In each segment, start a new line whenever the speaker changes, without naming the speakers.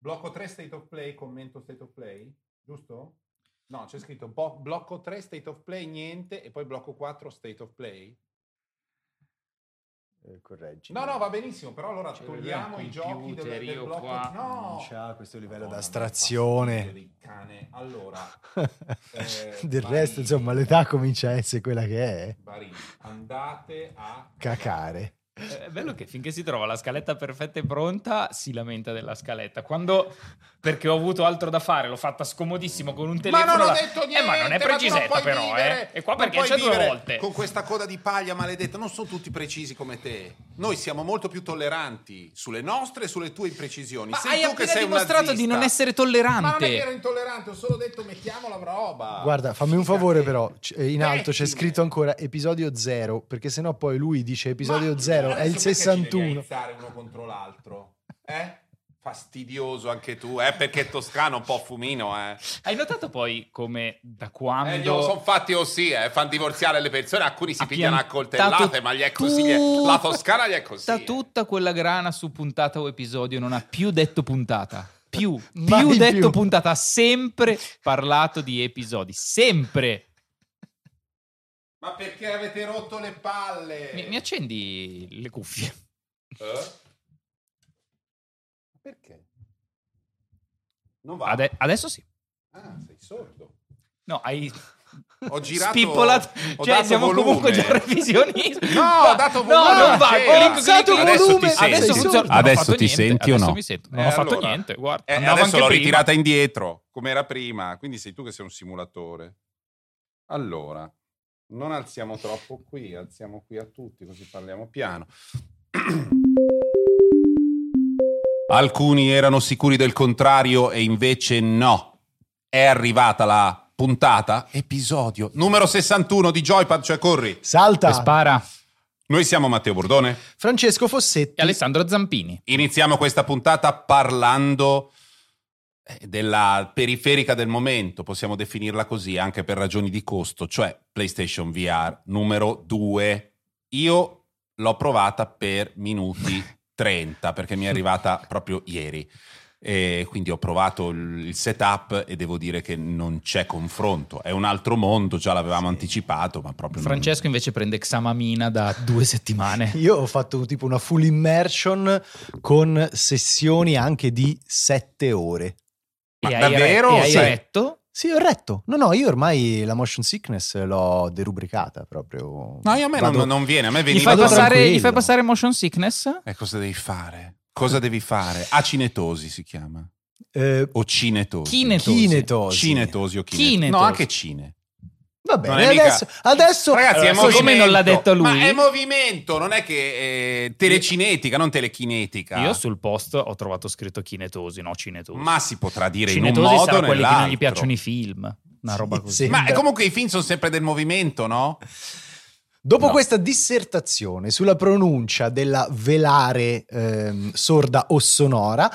Blocco 3 State of Play, commento State of Play, giusto? No, c'è scritto blocco 3 State of Play, niente, e poi blocco 4 State of Play.
Correggi.
No, va benissimo, però allora togliamo i giochi del blocco.
Qua
no,
non c'ha questo livello
Madonna,
d'astrazione.
Di cane. Allora,
del resto, insomma, l'età comincia a essere quella che è.
Barini, andate a
cacare.
È bello che finché si trova la scaletta perfetta e pronta si lamenta della scaletta. Quando, perché ho avuto altro da fare, l'ho fatta scomodissimo con un telefono.
Ma non ho detto niente,
ma non è precisetta però, E qua perché c'è 2 volte.
Con questa coda di paglia maledetta, non sono tutti precisi come te. Noi siamo molto più tolleranti sulle nostre e sulle tue imprecisioni.
Ma
sei
hai
tu che
appena
sei un
dimostrato
nazista.
di non essere tollerante.
Ma non è che ero intollerante, ho solo detto mettiamo la roba.
Guarda, fammi un favore però, in alto c'è scritto ancora episodio 0, perché sennò poi lui dice episodio 0, è il 61.
Uno contro l'altro, fastidioso anche tu, perché toscano un po' fumino,
Hai notato poi come da quando
glielo sono fatti così, fanno divorziare le persone, alcuni si pigliano a coltellate, ma gli è così, la Toscana gli è così.
Da tutta quella grana su puntata o episodio non ha più detto puntata. Più
Mai
detto
più.
puntata, ha sempre parlato di episodi, sempre.
Ma perché avete rotto le palle?
Mi accendi le cuffie?
Perché? Non va.
Adesso sì.
Ah, sei sordo.
No, hai
Ho girato,
spippolato.
ho
Cioè,
dato
siamo
volume.
comunque già revisionisti.
No, ho dato volume.
No, non va.
Adesso
volume.
Adesso funziona. Non ho
Adesso
fatto
ti
niente.
senti o
Adesso
no?
mi sento. Non ho fatto
allora.
niente, guarda. Andavo
Adesso
anche
l'ho
prima.
ritirata indietro, come era prima. Quindi sei tu che sei un simulatore. Allora, non alziamo troppo qui, alziamo qui a tutti, così parliamo piano. Alcuni erano sicuri del contrario e invece no. È arrivata la puntata, episodio numero 61 di Joypad, cioè corri.
Salta.
Spara.
Noi siamo Matteo Bordone
Francesco Fossetti
E Alessandro Zampini.
Iniziamo questa puntata parlando della periferica del momento, possiamo definirla così anche per ragioni di costo, cioè PlayStation VR numero 2. Io l'ho provata per minuti 30 perché mi è arrivata proprio ieri. E quindi ho provato il setup e devo dire che non c'è confronto, è un altro mondo, già l'avevamo anticipato, ma proprio
Francesco invece prende Xamamina da 2 settimane.
Io ho fatto tipo una full immersion con sessioni anche di 7 ore.
Ma
E
davvero?
hai
Sì.
retto?
Sì, ho retto. No, io ormai la motion sickness l'ho derubricata proprio.
No, a me non viene, a me
Gli
veniva
fai,
vado
passare,
tranquillo.
gli fai passare motion sickness?
E cosa devi fare? Cosa devi fare? Acinetosi si chiama. O cinetosi.
Chinetosi.
Cinetosi o
Chinetosi.
chinetosi. No, anche cine.
Va
Non
bene,
è mica-
adesso
Ragazzi, è
Allora, siccome
movimento.
non l'ha detto lui-
Ma è movimento, non è che telecinetica, non telechinetica.
Io sul post ho trovato scritto chinetosi, no cinetosi.
Ma si potrà dire in un
cinetosi
modo o
sarà quelli che
nell'altro.
non gli piacciono i film. Una roba così.
sì.
Ma comunque i film sono sempre del movimento, no?
Dopo
No.
questa dissertazione sulla pronuncia della velare sorda o sonora,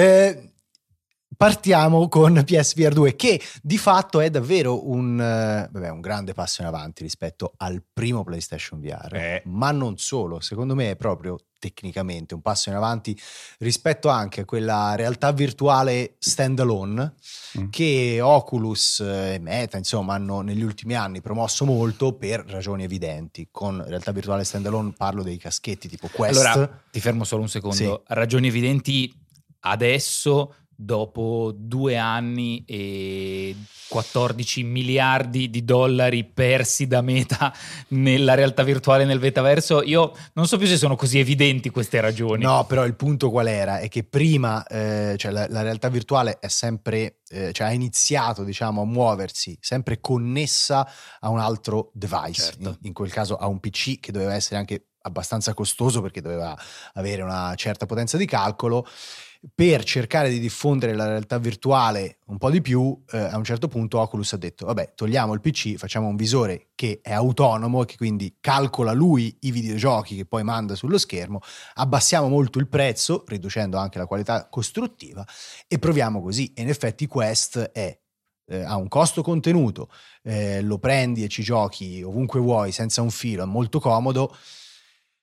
partiamo con PSVR 2, che di fatto è davvero un grande passo in avanti rispetto al primo PlayStation VR, ma non solo, secondo me è proprio tecnicamente un passo in avanti rispetto anche a quella realtà virtuale standalone che Oculus e Meta insomma hanno negli ultimi anni promosso molto per ragioni evidenti. Con realtà virtuale standalone parlo dei caschetti tipo Quest.
Allora, ti fermo solo un secondo.
Sì.
Ragioni evidenti adesso, dopo 2 anni e 14 miliardi di dollari persi da Meta nella realtà virtuale nel metaverso, io non so più se sono così evidenti queste ragioni.
No, però il punto qual era? È che prima cioè la realtà virtuale è sempre ha iniziato diciamo a muoversi sempre connessa a un altro device,
Certo.
in quel caso a un PC che doveva essere anche abbastanza costoso perché doveva avere una certa potenza di calcolo. Per cercare di diffondere la realtà virtuale un po' di più, a un certo punto Oculus ha detto vabbè, togliamo il PC, facciamo un visore che è autonomo e che quindi calcola lui i videogiochi che poi manda sullo schermo, abbassiamo molto il prezzo riducendo anche la qualità costruttiva e proviamo così. E in effetti Quest ha un costo contenuto, lo prendi e ci giochi ovunque vuoi senza un filo, è molto comodo.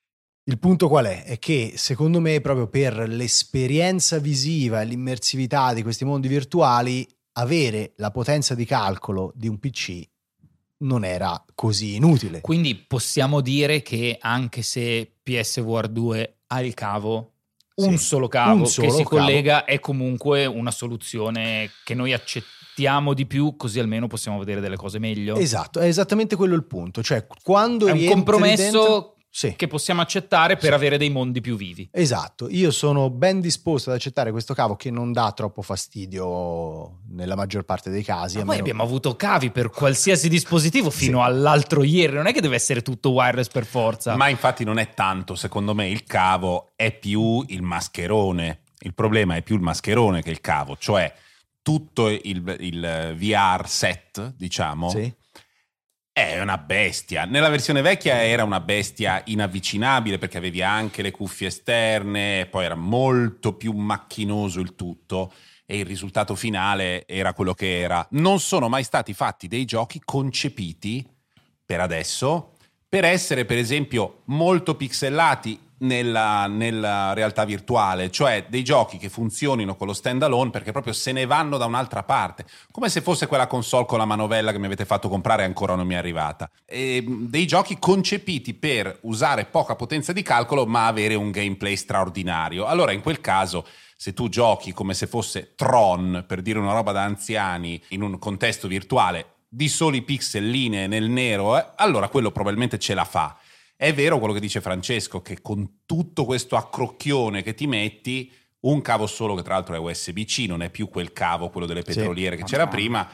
Il punto qual è? È che secondo me proprio per l'esperienza visiva e l'immersività di questi mondi virtuali avere la potenza di calcolo di un PC non era così inutile.
Quindi possiamo dire che anche se PSVR 2 ha il cavo, un solo cavo che si collega è comunque una soluzione che noi accettiamo di più, così almeno possiamo vedere delle cose meglio.
Esatto, è esattamente quello il punto. Cioè, quando
è un compromesso
dentro... Sì.
Che possiamo accettare per avere dei mondi più vivi.
Esatto, io sono ben disposto ad accettare questo cavo che non dà troppo fastidio nella maggior parte dei casi.
Ma noi abbiamo avuto cavi per qualsiasi dispositivo fino all'altro ieri, non è che deve essere tutto wireless per forza.
Ma infatti non è tanto, secondo me il cavo è più il mascherone. Il problema è più il mascherone che il cavo, cioè tutto il VR set, diciamo.
Sì.
È una bestia. Nella versione vecchia era una bestia inavvicinabile perché avevi anche le cuffie esterne, poi era molto più macchinoso il tutto e il risultato finale era quello che era. Non sono mai stati fatti dei giochi concepiti, per adesso, per essere per esempio molto pixelati nella realtà virtuale, cioè dei giochi che funzionino con lo standalone perché proprio se ne vanno da un'altra parte, come se fosse quella console con la manovella che mi avete fatto comprare e ancora non mi è arrivata. Dei giochi concepiti per usare poca potenza di calcolo ma avere un gameplay straordinario. Allora in quel caso, se tu giochi come se fosse Tron, per dire una roba da anziani, in un contesto virtuale di soli pixel, linee nel nero, allora quello probabilmente ce la fa. È vero quello che dice Francesco, che con tutto questo accrocchione che ti metti, un cavo solo, che tra l'altro è USB-C, non è più quel cavo, quello delle petroliere che c'era prima,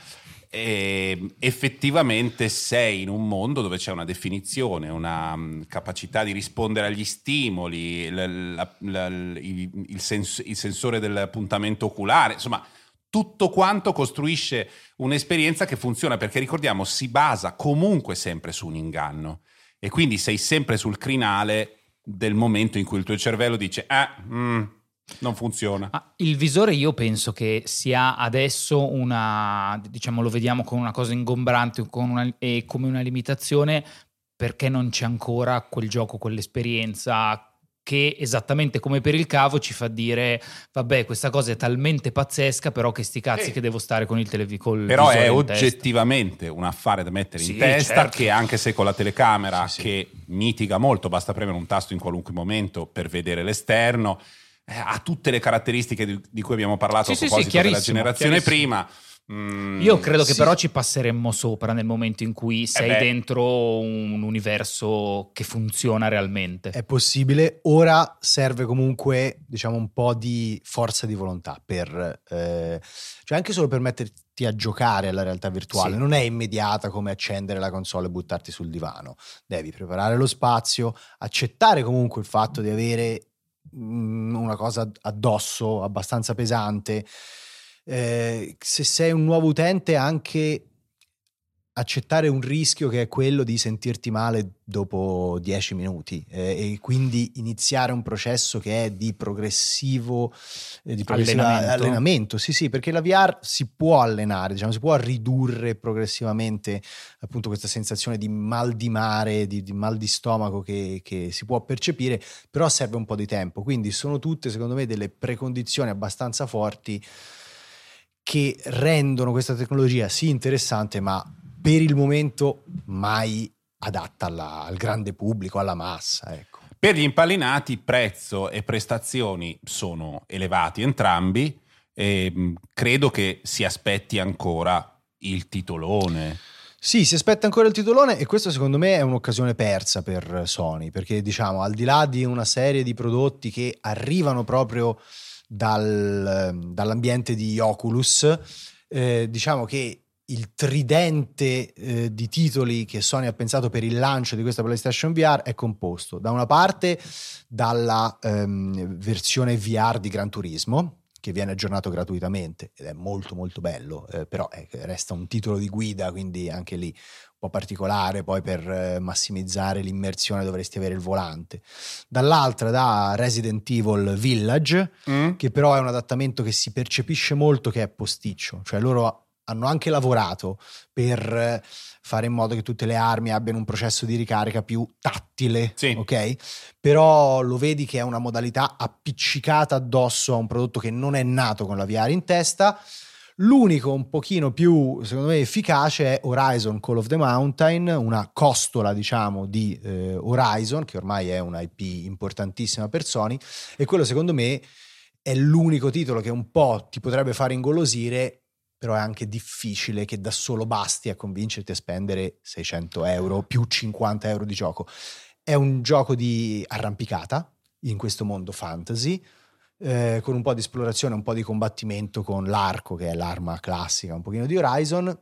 effettivamente sei in un mondo dove c'è una definizione, una capacità di rispondere agli stimoli, il sensore del puntamento oculare, insomma tutto quanto costruisce un'esperienza che funziona, perché ricordiamo si basa comunque sempre su un inganno. E quindi sei sempre sul crinale del momento in cui il tuo cervello dice non funziona.
Il visore io penso che sia adesso diciamo lo vediamo come una cosa ingombrante e come una limitazione perché non c'è ancora quel gioco, quell'esperienza che esattamente come per il cavo ci fa dire vabbè questa cosa è talmente pazzesca però che sti cazzi che devo stare con il televisore.
Però è oggettivamente un affare da mettere in testa, certo. Che anche se con la telecamera che mitiga molto, basta premere un tasto in qualunque momento per vedere l'esterno, ha tutte le caratteristiche di cui abbiamo parlato a proposito della generazione prima.
Io credo che però ci passeremmo sopra nel momento in cui sei dentro un universo che funziona realmente.
È possibile. Ora serve comunque, diciamo, un po' di forza di volontà cioè anche solo per metterti a giocare alla realtà virtuale. Non è immediata come accendere la console e buttarti sul divano. Devi preparare lo spazio, accettare comunque il fatto di avere una cosa addosso abbastanza pesante. Se sei un nuovo utente, anche accettare un rischio che è quello di sentirti male dopo 10 minuti e quindi iniziare un processo che è di progressivo allenamento. Sì, perché la VR si può allenare, diciamo, si può ridurre progressivamente appunto questa sensazione di mal di mare, di mal di stomaco che si può percepire, però serve un po' di tempo, quindi sono tutte secondo me delle precondizioni abbastanza forti che rendono questa tecnologia sì interessante, ma per il momento mai adatta al grande pubblico, alla massa, ecco.
Per gli impallinati prezzo e prestazioni sono elevati entrambi e credo che si aspetti ancora il titolone.
Sì, si aspetta ancora il titolone e questo secondo me è un'occasione persa per Sony, perché diciamo al di là di una serie di prodotti che arrivano proprio dall'ambiente di Oculus, diciamo che il tridente di titoli che Sony ha pensato per il lancio di questa PlayStation VR è composto da una parte dalla versione VR di Gran Turismo, che viene aggiornato gratuitamente ed è molto molto bello, però resta un titolo di guida, quindi anche lì un po' particolare, poi per massimizzare l'immersione dovresti avere il volante. Dall'altra da Resident Evil Village, che però è un adattamento che si percepisce molto che è posticcio, cioè loro hanno anche lavorato per fare in modo che tutte le armi abbiano un processo di ricarica più tattile,
Sì.
ok? Però lo vedi che è una modalità appiccicata addosso a un prodotto che non è nato con la VR in testa. L'unico un pochino più, secondo me, efficace è Horizon Call of the Mountain, una costola, diciamo, di Horizon, che ormai è una IP importantissima per Sony, e quello secondo me è l'unico titolo che un po' ti potrebbe fare ingolosire, però è anche difficile che da solo basti a convincerti a spendere 600 euro più 50 euro di gioco. È un gioco di arrampicata in questo mondo fantasy, con un po' di esplorazione, un po' di combattimento con l'arco, che è l'arma classica un pochino di Horizon.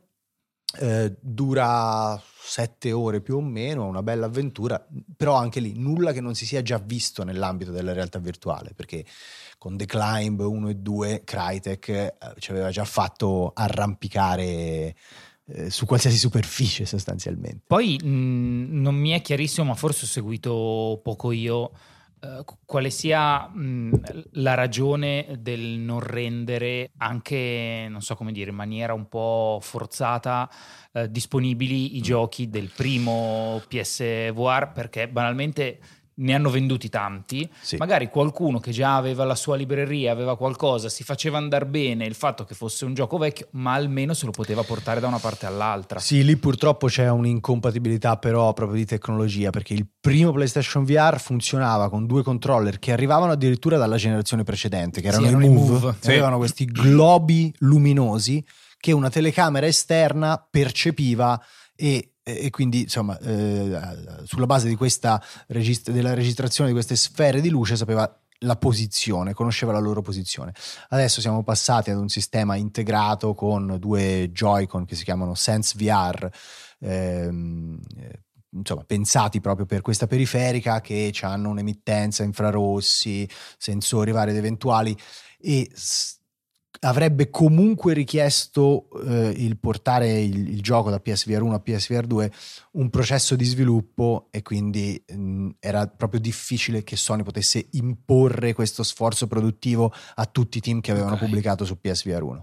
Dura 7 ore più o meno, una bella avventura, però anche lì nulla che non si sia già visto nell'ambito della realtà virtuale, perché con The Climb 1 e 2 Crytek ci aveva già fatto arrampicare su qualsiasi superficie sostanzialmente.
Poi non mi è chiarissimo, ma forse ho seguito poco io, quale sia la ragione del non rendere anche, non so come dire, in maniera un po' forzata disponibili i giochi del primo PSVR, perché banalmente ne hanno venduti tanti,
Sì.
magari qualcuno che già aveva la sua libreria, aveva qualcosa, si faceva andare bene il fatto che fosse un gioco vecchio, ma almeno se lo poteva portare da una parte all'altra.
Sì, lì purtroppo c'è un'incompatibilità però proprio di tecnologia, perché il primo PlayStation VR funzionava con 2 controller che arrivavano addirittura dalla generazione precedente, che erano
Sì,
i
erano i
Move,
Move.
e avevano questi globi luminosi che una telecamera esterna percepiva e quindi insomma sulla base di questa della registrazione di queste sfere di luce sapeva la posizione, conosceva la loro posizione. Adesso siamo passati ad un sistema integrato con 2 Joy-Con che si chiamano Sense VR, insomma pensati proprio per questa periferica, che hanno un'emittenza infrarossi, sensori vari ed eventuali, e avrebbe comunque richiesto il portare il gioco da PSVR 1 a PSVR 2 un processo di sviluppo, e quindi era proprio difficile che Sony potesse imporre questo sforzo produttivo a tutti i team che avevano pubblicato su PSVR 1.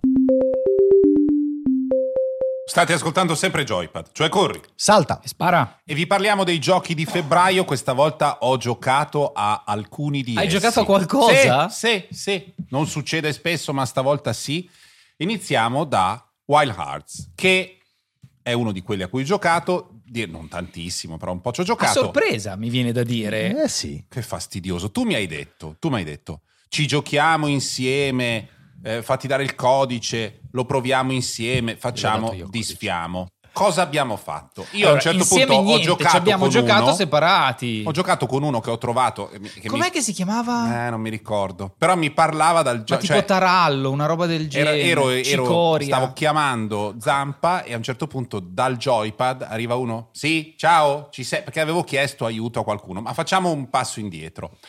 State ascoltando sempre Joypad, cioè corri.
Salta!
E spara!
E vi parliamo dei giochi di febbraio. Questa volta ho giocato a alcuni di essi.
Hai giocato a qualcosa?
Sì. Non succede spesso, ma stavolta sì. Iniziamo da Wild Hearts, che è uno di quelli a cui ho giocato. Non tantissimo, però un po' ci ho giocato.
A sorpresa, mi viene da dire.
Sì.
Che fastidioso. Tu mi hai detto, ci giochiamo insieme, fatti dare il codice, lo proviamo insieme, facciamo, disfiamo. Cosa abbiamo fatto? Io a un certo punto ho giocato
abbiamo
con
giocato
uno,
separati.
Ho giocato con uno che ho trovato.
Com'è che si chiamava?
Non mi ricordo. Però mi parlava dal gioco.
Tipo Tarallo, una roba del genere. Cicoria.
Stavo chiamando Zampa e a un certo punto dal joypad arriva uno. Sì, ciao, ci sei? Perché avevo chiesto aiuto a qualcuno. Ma facciamo un passo indietro.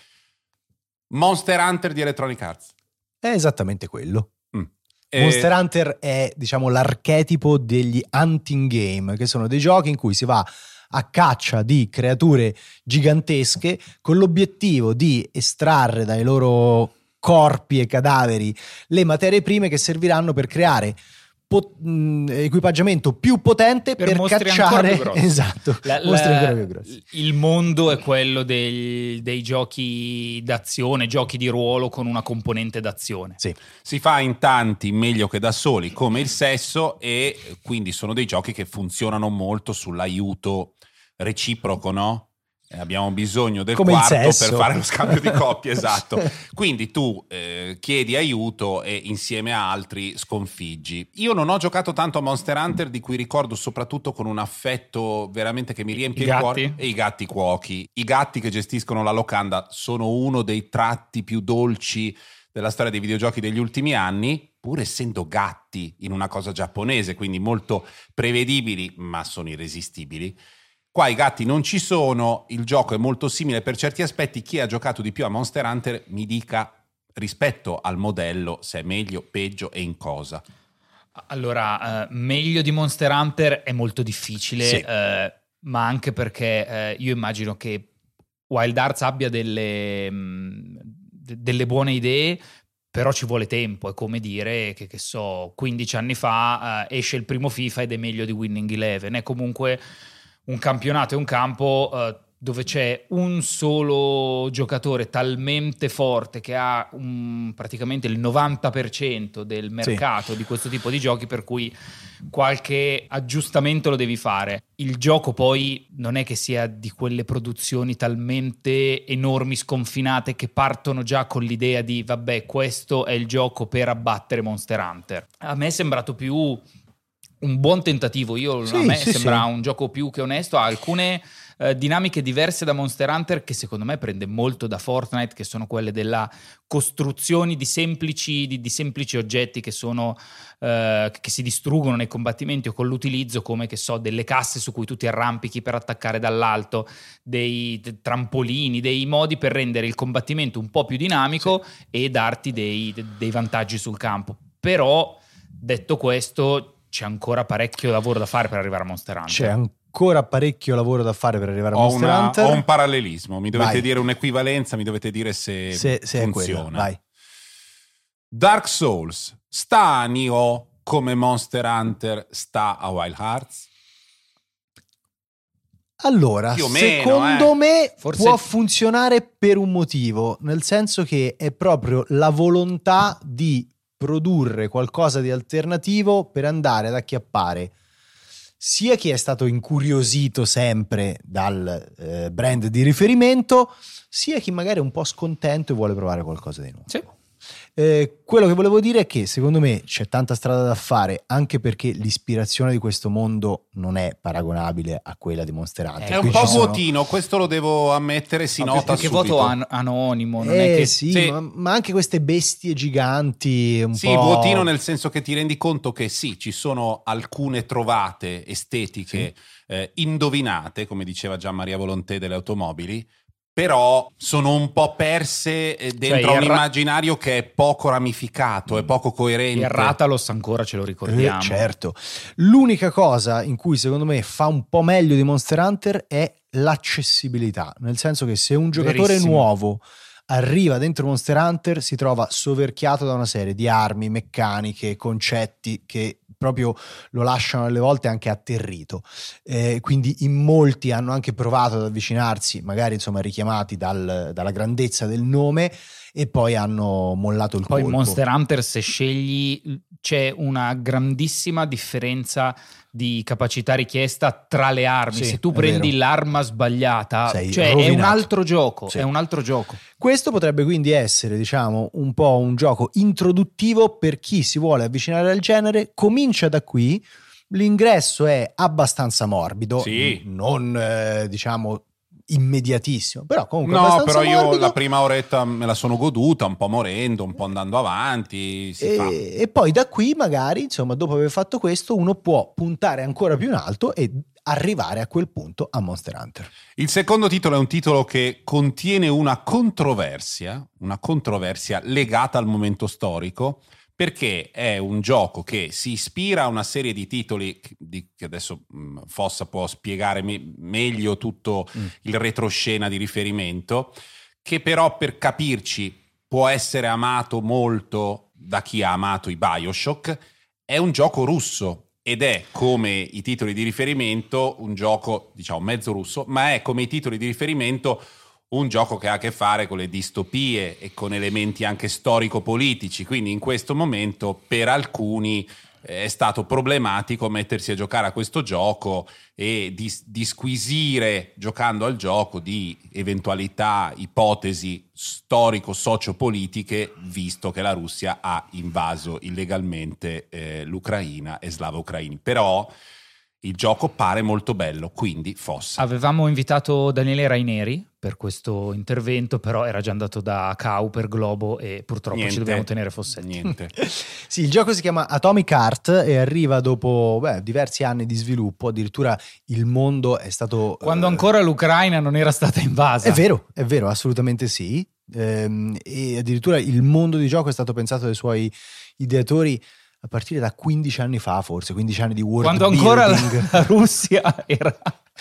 Monster Hunter di Electronic Arts.
È esattamente quello. Monster Hunter è, diciamo, l'archetipo degli hunting game, che sono dei giochi in cui si va a caccia di creature gigantesche con l'obiettivo di estrarre dai loro corpi e cadaveri le materie prime che serviranno per creare equipaggiamento più potente per cacciare, esatto, mostri ancora più grossi.
Il mondo è quello dei giochi d'azione, giochi di ruolo con una componente d'azione.
Sì.
Si fa in tanti, meglio che da soli, come il sesso, e quindi sono dei giochi che funzionano molto sull'aiuto reciproco, no? Abbiamo bisogno del
come
quarto per
sesso.
fare lo scambio di coppie, esatto. Quindi tu chiedi aiuto e insieme a altri sconfiggi. Io non ho giocato tanto a Monster Hunter, di cui ricordo soprattutto con un affetto veramente che mi riempie il cuore, e i gatti cuochi. I gatti che gestiscono la locanda sono uno dei tratti più dolci della storia dei videogiochi degli ultimi anni, pur essendo gatti in una cosa giapponese, quindi molto prevedibili, ma sono irresistibili. Qua i gatti non ci sono, il gioco è molto simile per certi aspetti. Chi ha giocato di più a Monster Hunter mi dica rispetto al modello se è meglio, peggio e in cosa.
Allora, meglio di Monster Hunter è molto difficile,
sì.
Ma anche perché io immagino che Wild Arts abbia delle buone idee, però ci vuole tempo. È come dire che so, 15 anni fa esce il primo FIFA ed è meglio di Winning Eleven. È comunque un campionato e un campo dove c'è un solo giocatore talmente forte che ha praticamente il 90% del mercato di questo tipo di giochi, per cui qualche aggiustamento lo devi fare. Il gioco poi non è che sia di quelle produzioni talmente enormi, sconfinate, che partono già con l'idea di vabbè, questo è il gioco per abbattere Monster Hunter. A me è sembrato più un buon tentativo. A me sembra un gioco più che onesto. Ha alcune dinamiche diverse da Monster Hunter, che secondo me prende molto da Fortnite, che sono quelle della costruzione di semplici oggetti che sono che si distruggono nei combattimenti o con l'utilizzo, come che so, delle casse su cui tu ti arrampichi per attaccare dall'alto, dei trampolini, dei modi per rendere il combattimento un po' più dinamico e darti dei vantaggi sul campo. Però, detto questo, c'è ancora parecchio lavoro da fare per arrivare a Monster Hunter.
C'è ancora parecchio lavoro da fare per arrivare a Monster Hunter.
Ho un parallelismo, mi dovete dire un'equivalenza, mi dovete dire se funziona.
È quella. Vai.
Dark Souls sta a Nioh come Monster Hunter sta a Wild Hearts?
Allora, secondo me forse può funzionare per un motivo, nel senso che è proprio la volontà di produrre qualcosa di alternativo per andare ad acchiappare sia chi è stato incuriosito sempre dal brand di riferimento, sia chi magari è un po' scontento e vuole provare qualcosa di nuovo.
Sì.
Quello che volevo dire è che secondo me c'è tanta strada da fare, anche perché l'ispirazione di questo mondo non è paragonabile a quella di Monster Hunter.
È un po' vuotino, questo lo devo ammettere, si nota
perché
subito.
Voto anonimo, non è che
sì. Ma anche queste bestie giganti un po'...
vuotino nel senso che ti rendi conto che sì, ci sono alcune trovate estetiche indovinate, come diceva Gian Maria Volonté delle automobili, però sono un po' perse dentro un immaginario che è poco ramificato, è poco coerente.
Il Ratalos ancora ce lo ricordiamo.
Certo. L'unica cosa in cui secondo me fa un po' meglio di Monster Hunter è l'accessibilità, nel senso che se un giocatore nuovo arriva dentro Monster Hunter si trova soverchiato da una serie di armi, meccaniche, concetti che proprio lo lasciano alle volte anche atterrito, quindi in molti hanno anche provato ad avvicinarsi, magari insomma richiamati dalla grandezza del nome, e poi hanno mollato il colpo.
Poi Monster Hunter, se scegli, c'è una grandissima differenza di capacità richiesta tra le armi. Se tu prendi l'arma sbagliata, cioè rovinato. È un altro gioco, è un altro gioco.
Questo potrebbe quindi essere, diciamo, un po' un gioco introduttivo per chi si vuole avvicinare al genere. Comincia da qui, l'ingresso è abbastanza morbido, non diciamo immediatissimo, però comunque abbastanza morbido.
Io la prima oretta me la sono goduta, un po' morendo, un po' andando avanti,
e poi da qui magari, insomma, dopo aver fatto questo, uno può puntare ancora più in alto e arrivare a quel punto a Monster Hunter.
Il secondo titolo è un titolo che contiene una controversia legata al momento storico, perché è un gioco che si ispira a una serie di titoli che adesso Fossa può spiegare meglio tutto il retroscena di riferimento, che però, per capirci, può essere amato molto da chi ha amato i BioShock. È un gioco russo ed è, come i titoli di riferimento, un gioco, diciamo, mezzo russo, ma è, come i titoli di riferimento, un gioco che ha a che fare con le distopie e con elementi anche storico-politici, quindi in questo momento per alcuni è stato problematico mettersi a giocare a questo gioco e disquisire, giocando al gioco, di eventualità, ipotesi storico-sociopolitiche, visto che la Russia ha invaso illegalmente l'Ucraina e slavo-ucraini. Però il gioco pare molto bello, quindi Fossa.
Avevamo invitato Daniele Raineri per questo intervento, però era già andato da Cau per Globo e purtroppo ci dobbiamo tenere Fossetti.
Niente.
Sì, il gioco si chiama Atomic Heart e arriva dopo diversi anni di sviluppo. Addirittura il mondo è stato...
Quando ancora l'Ucraina non era stata invasa.
È vero, assolutamente sì. E addirittura il mondo di gioco è stato pensato dai suoi ideatori a partire da 15 anni fa, forse 15 anni di world building.
Quando ancora la Russia era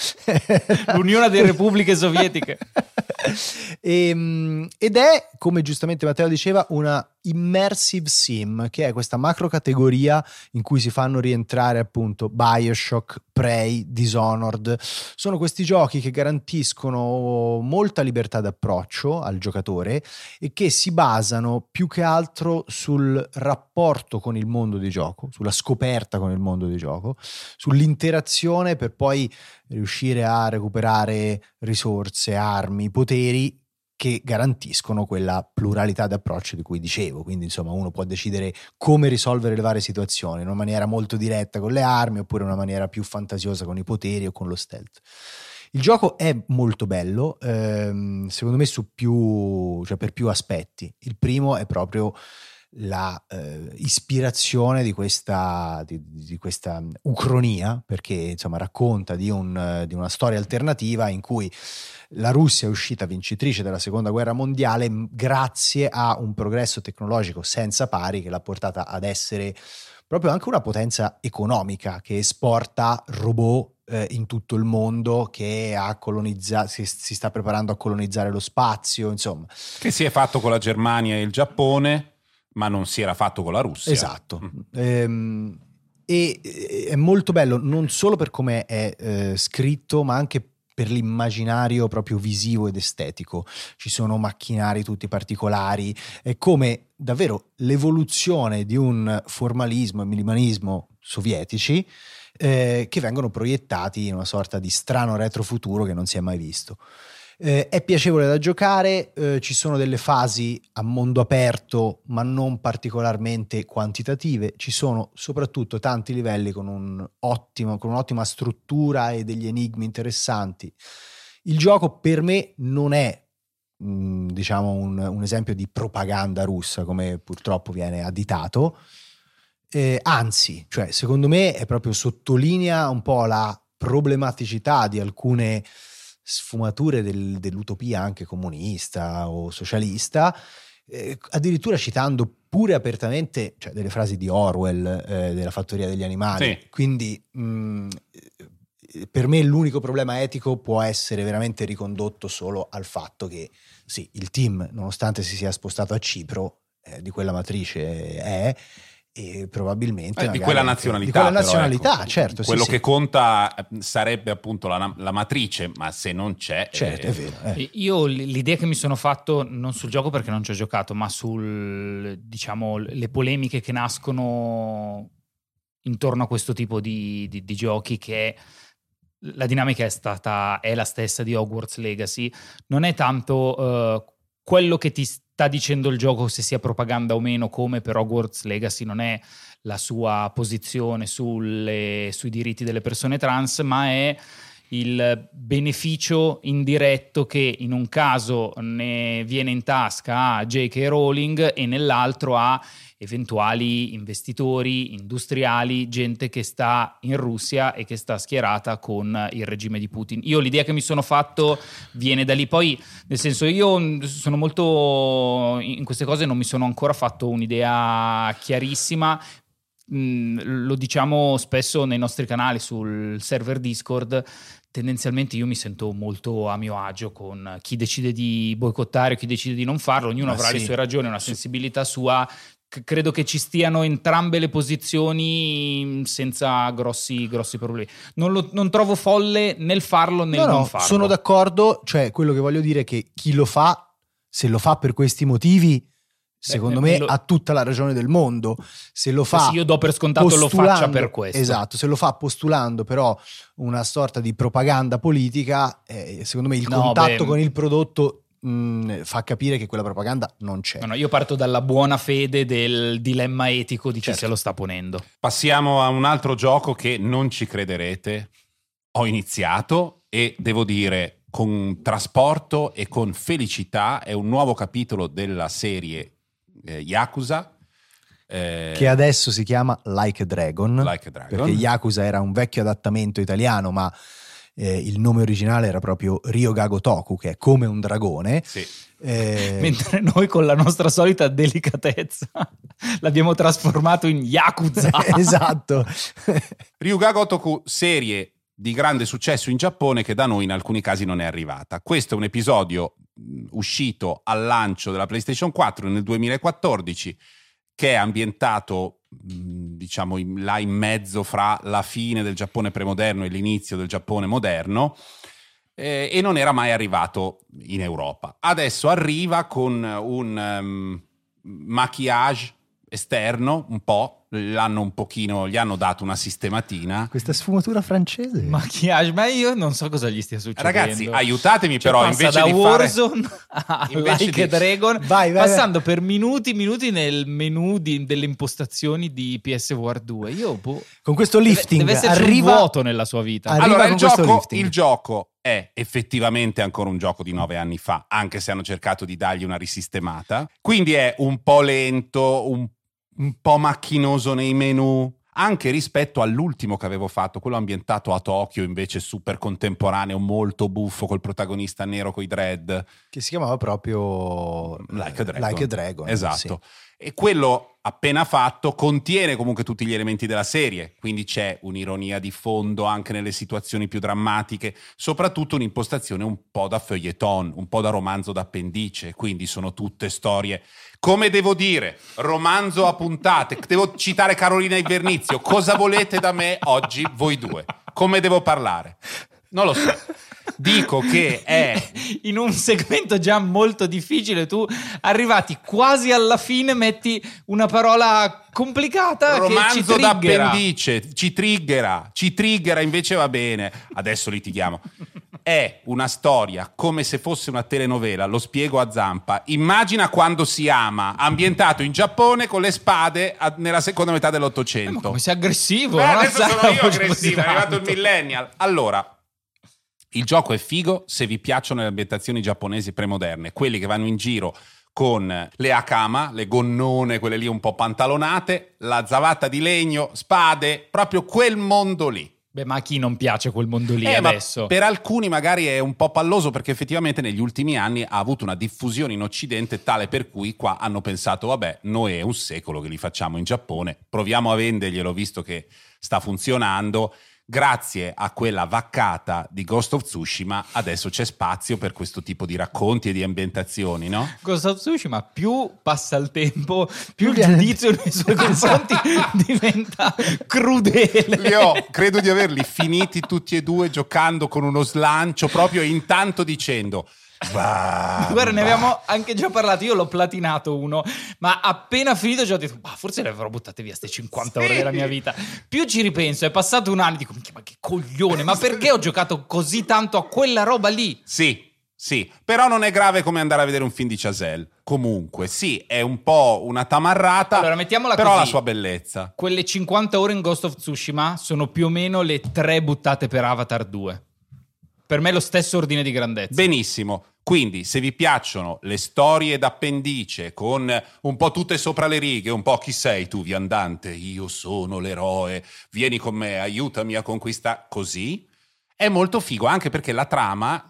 l'Unione delle Repubbliche Sovietiche.
Ed è, come giustamente Matteo diceva, una Immersive Sim, che è questa macro categoria in cui si fanno rientrare appunto BioShock, Prey, Dishonored. Sono questi giochi che garantiscono molta libertà d'approccio al giocatore e che si basano più che altro sul rapporto con il mondo di gioco, sulla scoperta con il mondo di gioco, sull'interazione per poi riuscire a recuperare risorse, armi, poteri che garantiscono quella pluralità d'approccio di cui dicevo. Quindi insomma uno può decidere come risolvere le varie situazioni in una maniera molto diretta con le armi oppure in una maniera più fantasiosa con i poteri o con lo stealth. Il gioco è molto bello, secondo me per più aspetti. Il primo è proprio la ispirazione di questa ucronia, perché insomma racconta di una storia alternativa in cui la Russia è uscita vincitrice della seconda guerra mondiale grazie a un progresso tecnologico senza pari che l'ha portata ad essere proprio anche una potenza economica che esporta robot in tutto il mondo, che si sta preparando a colonizzare lo spazio, insomma.
Che si è fatto con la Germania e il Giappone, ma non si era fatto con la Russia.
Esatto. E è molto bello non solo per come è scritto, ma anche per l'immaginario proprio visivo ed estetico. Ci sono macchinari tutti particolari, è come davvero l'evoluzione di un formalismo e minimalismo sovietici che vengono proiettati in una sorta di strano retrofuturo che non si è mai visto. È piacevole da giocare, ci sono delle fasi a mondo aperto ma non particolarmente quantitative, ci sono soprattutto tanti livelli con un'ottima struttura e degli enigmi interessanti. Il gioco per me non è diciamo un esempio di propaganda russa come purtroppo viene additato, anzi, cioè secondo me è proprio sottolinea un po' la problematicità di alcune sfumature dell'utopia anche comunista o socialista, addirittura citando pure apertamente, cioè, delle frasi di Orwell, della Fattoria degli animali.
Sì.
Quindi per me l'unico problema etico può essere veramente ricondotto solo al fatto che sì, il team, nonostante si sia spostato a Cipro, di quella matrice è, e probabilmente
di quella nazionalità,
di quella nazionalità,
però, ecco,
certo,
quello
sì,
che conta sarebbe appunto la matrice, ma se non c'è,
certo, è vero.
Io l'idea che mi sono fatto non sul gioco perché non ci ho giocato, ma sul, diciamo, le polemiche che nascono intorno a questo tipo di giochi, che la dinamica è la stessa di Hogwarts Legacy. Non è tanto quello che ti sta dicendo il gioco, se sia propaganda o meno, come per Hogwarts Legacy non è la sua posizione sui diritti delle persone trans, ma è il beneficio indiretto che in un caso ne viene in tasca a J.K. Rowling e nell'altro a eventuali investitori, industriali, gente che sta in Russia e che sta schierata con il regime di Putin. Io l'idea che mi sono fatto viene da lì. Poi, nel senso, io sono molto in queste cose, non mi sono ancora fatto un'idea chiarissima. Lo diciamo spesso nei nostri canali sul server Discord. Tendenzialmente io mi sento molto a mio agio con chi decide di boicottare o chi decide di non farlo. Ognuno avrà le sue ragioni, una sensibilità sua. Credo che ci stiano entrambe le posizioni senza grossi problemi. Non trovo folle nel farlo né non farlo.
Sono d'accordo, cioè quello che voglio dire è che chi lo fa, se lo fa per questi motivi, secondo me ha tutta la ragione del mondo. Se lo fa,
io do per scontato lo faccia per questo.
Esatto, se lo fa postulando però una sorta di propaganda politica, secondo me il contatto con il prodotto fa capire che quella propaganda non c'è.
No, io parto dalla buona fede del dilemma etico di chi se lo sta ponendo.
Passiamo a un altro gioco che non ci crederete. Ho iniziato e devo dire con trasporto e con felicità. È un nuovo capitolo della serie Yakuza,
che adesso si chiama Like a Dragon, perché Yakuza era un vecchio adattamento italiano, ma il nome originale era proprio Ryoga Gotoku, che è come un dragone.
Sì.
Mentre noi con la nostra solita delicatezza l'abbiamo trasformato in Yakuza.
Esatto.
Ryoga Gotoku, serie di grande successo in Giappone che da noi in alcuni casi non è arrivata. Questo è un episodio uscito al lancio della PlayStation 4 nel 2014, che è ambientato diciamo là in mezzo fra la fine del Giappone premoderno e l'inizio del Giappone moderno, e non era mai arrivato in Europa. Adesso arriva con un maquillage esterno, un po', gli hanno dato una sistematina.
Questa sfumatura francese.
Maquillage, ma io non so cosa gli stia succedendo.
Ragazzi, aiutatemi, però,
passa
invece
da
di
Warzone a
invece
Like a Dragon,
vai,
passando per minuti nel menu delle impostazioni di PS War 2.
Con questo lifting
deve esserci
arriva
un vuoto nella sua vita.
Arriva
Allora,
con questo lifting.
il gioco è effettivamente ancora un gioco di 9 anni fa, anche se hanno cercato di dargli una risistemata. Quindi è un po' lento, un po' macchinoso nei menu, anche rispetto all'ultimo che avevo fatto, quello ambientato a Tokyo, invece super contemporaneo, molto buffo, col protagonista nero coi dread.
Che si chiamava proprio
Like a Dragon.
sì.
Esatto. E quello appena fatto contiene comunque tutti gli elementi della serie, quindi c'è un'ironia di fondo anche nelle situazioni più drammatiche, soprattutto un'impostazione un po' da feuilleton, un po' da romanzo d'appendice, quindi sono tutte storie, come devo dire, romanzo a puntate. Devo citare Carolina Invernizio, cosa volete da me oggi voi due? Come devo parlare? Non lo so. Dico che è
in un segmento già molto difficile, tu arrivati quasi alla fine metti una parola complicata
romanzo
che ci triggera.
d'appendice, ci triggera, invece va bene. Adesso litighiamo. È una storia come se fosse una telenovela, lo spiego a Zampa. Immagina Quando si ama, ambientato in Giappone con le spade nella seconda metà dell'800.
Ma come sei aggressivo?
Adesso sono io
Voce
aggressivo,
così
è arrivato il
tanto.
millennial. Allora, il gioco è figo se vi piacciono le ambientazioni giapponesi premoderne, quelli che vanno in giro con le hakama, le gonnone, quelle lì un po' pantalonate, la zavatta di legno, spade, proprio quel mondo lì.
Beh, ma a chi non piace quel mondo lì
Ma
adesso?
per alcuni magari è un po' palloso, perché effettivamente negli ultimi anni ha avuto una diffusione in Occidente tale per cui qua hanno pensato vabbè, noi è un secolo che li facciamo in Giappone, proviamo a venderglielo visto che sta funzionando. Grazie a quella vaccata di Ghost of Tsushima adesso c'è spazio per questo tipo di racconti e di ambientazioni, no?
Ghost of Tsushima, più passa il tempo, più il giudizio nei suoi confronti diventa crudele.
Credo di averli finiti tutti e due giocando con uno slancio, proprio intanto dicendo
guarda, ne abbiamo anche già parlato. Io l'ho platinato uno, ma appena finito già ho detto forse le avrò buttate via ste 50 ore della mia vita. Più ci ripenso, è passato un anno e dico ma che coglione, ma perché ho giocato così tanto a quella roba lì?
Sì, però non è grave come andare a vedere un film di Chazelle. Comunque sì, è un po' una tamarrata,
allora, mettiamola
però
così.
ha la sua bellezza.
Quelle 50 ore in Ghost of Tsushima sono più o meno le 3 buttate per Avatar 2. Per me è lo stesso ordine di grandezza.
Benissimo. Quindi, se vi piacciono le storie d'appendice con un po' tutte sopra le righe, un po' chi sei tu, viandante? Io sono l'eroe, vieni con me, aiutami a conquistare, così, è molto figo, anche perché la trama,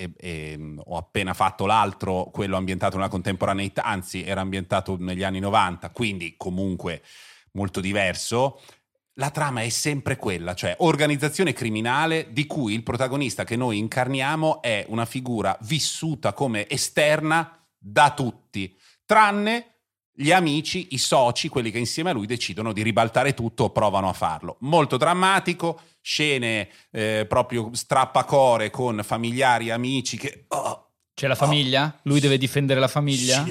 ho appena fatto l'altro, quello ambientato nella contemporaneità, anzi era ambientato negli anni 90, quindi comunque molto diverso. La trama è sempre quella, cioè organizzazione criminale di cui il protagonista che noi incarniamo è una figura vissuta come esterna da tutti, tranne gli amici, i soci, quelli che insieme a lui decidono di ribaltare tutto o provano a farlo. Molto drammatico, scene proprio strappacore con familiari, amici che...
C'è la famiglia? Lui deve difendere la famiglia?